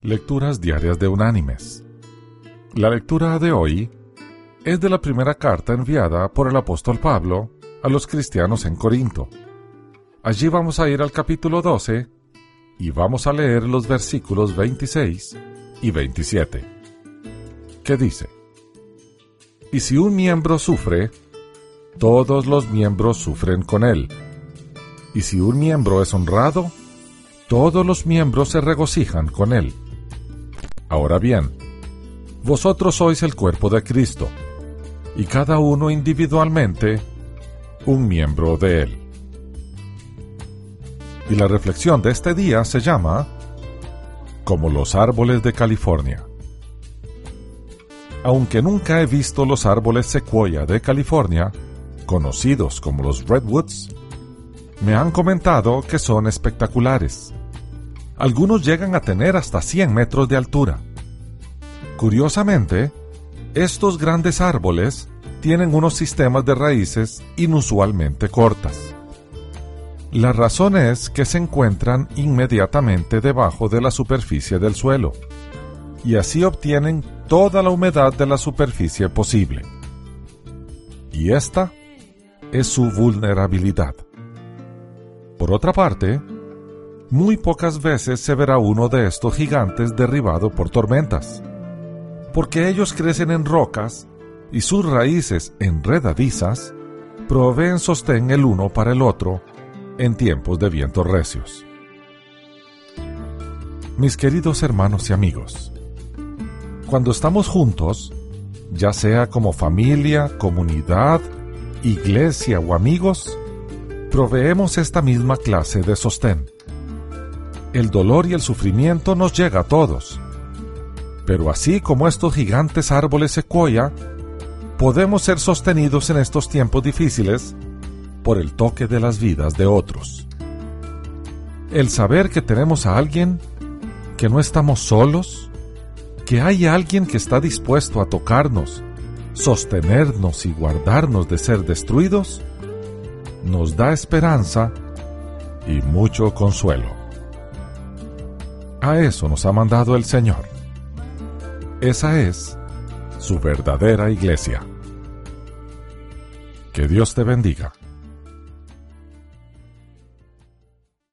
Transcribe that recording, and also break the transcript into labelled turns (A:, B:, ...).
A: Lecturas diarias de Unánimes. La lectura de hoy es de la primera carta enviada por el apóstol Pablo a los cristianos en Corinto. Allí vamos a ir al capítulo 12 y vamos a leer los versículos 26 y 27, que dice: Y si un miembro sufre, todos los miembros sufren con él. Y si un miembro es honrado, todos los miembros se regocijan con él. Ahora bien, vosotros sois el cuerpo de Cristo, y cada uno individualmente un miembro de él. Y la reflexión de este día se llama Como los árboles de California. Aunque nunca he visto los árboles secuoya de California, conocidos como los redwoods, me han comentado que son espectaculares. Algunos llegan a tener hasta 100 metros de altura. Curiosamente, estos grandes árboles tienen unos sistemas de raíces inusualmente cortas. La razón es que se encuentran inmediatamente debajo de la superficie del suelo, y así obtienen toda la humedad de la superficie posible. Y esta es su vulnerabilidad. Por otra parte, muy pocas veces se verá uno de estos gigantes derribado por tormentas, porque ellos crecen en rocas y sus raíces enredadizas proveen sostén el uno para el otro en tiempos de vientos recios. Mis queridos hermanos y amigos, cuando estamos juntos, ya sea como familia, comunidad, iglesia o amigos, proveemos esta misma clase de sostén. El dolor y el sufrimiento nos llega a todos, pero así como estos gigantes árboles secuoya, podemos ser sostenidos en estos tiempos difíciles por el toque de las vidas de otros. El saber que tenemos a alguien, que no estamos solos, que hay alguien que está dispuesto a tocarnos, sostenernos y guardarnos de ser destruidos, nos da esperanza y mucho consuelo. A eso nos ha mandado el Señor. Esa es su verdadera iglesia. Que Dios te bendiga.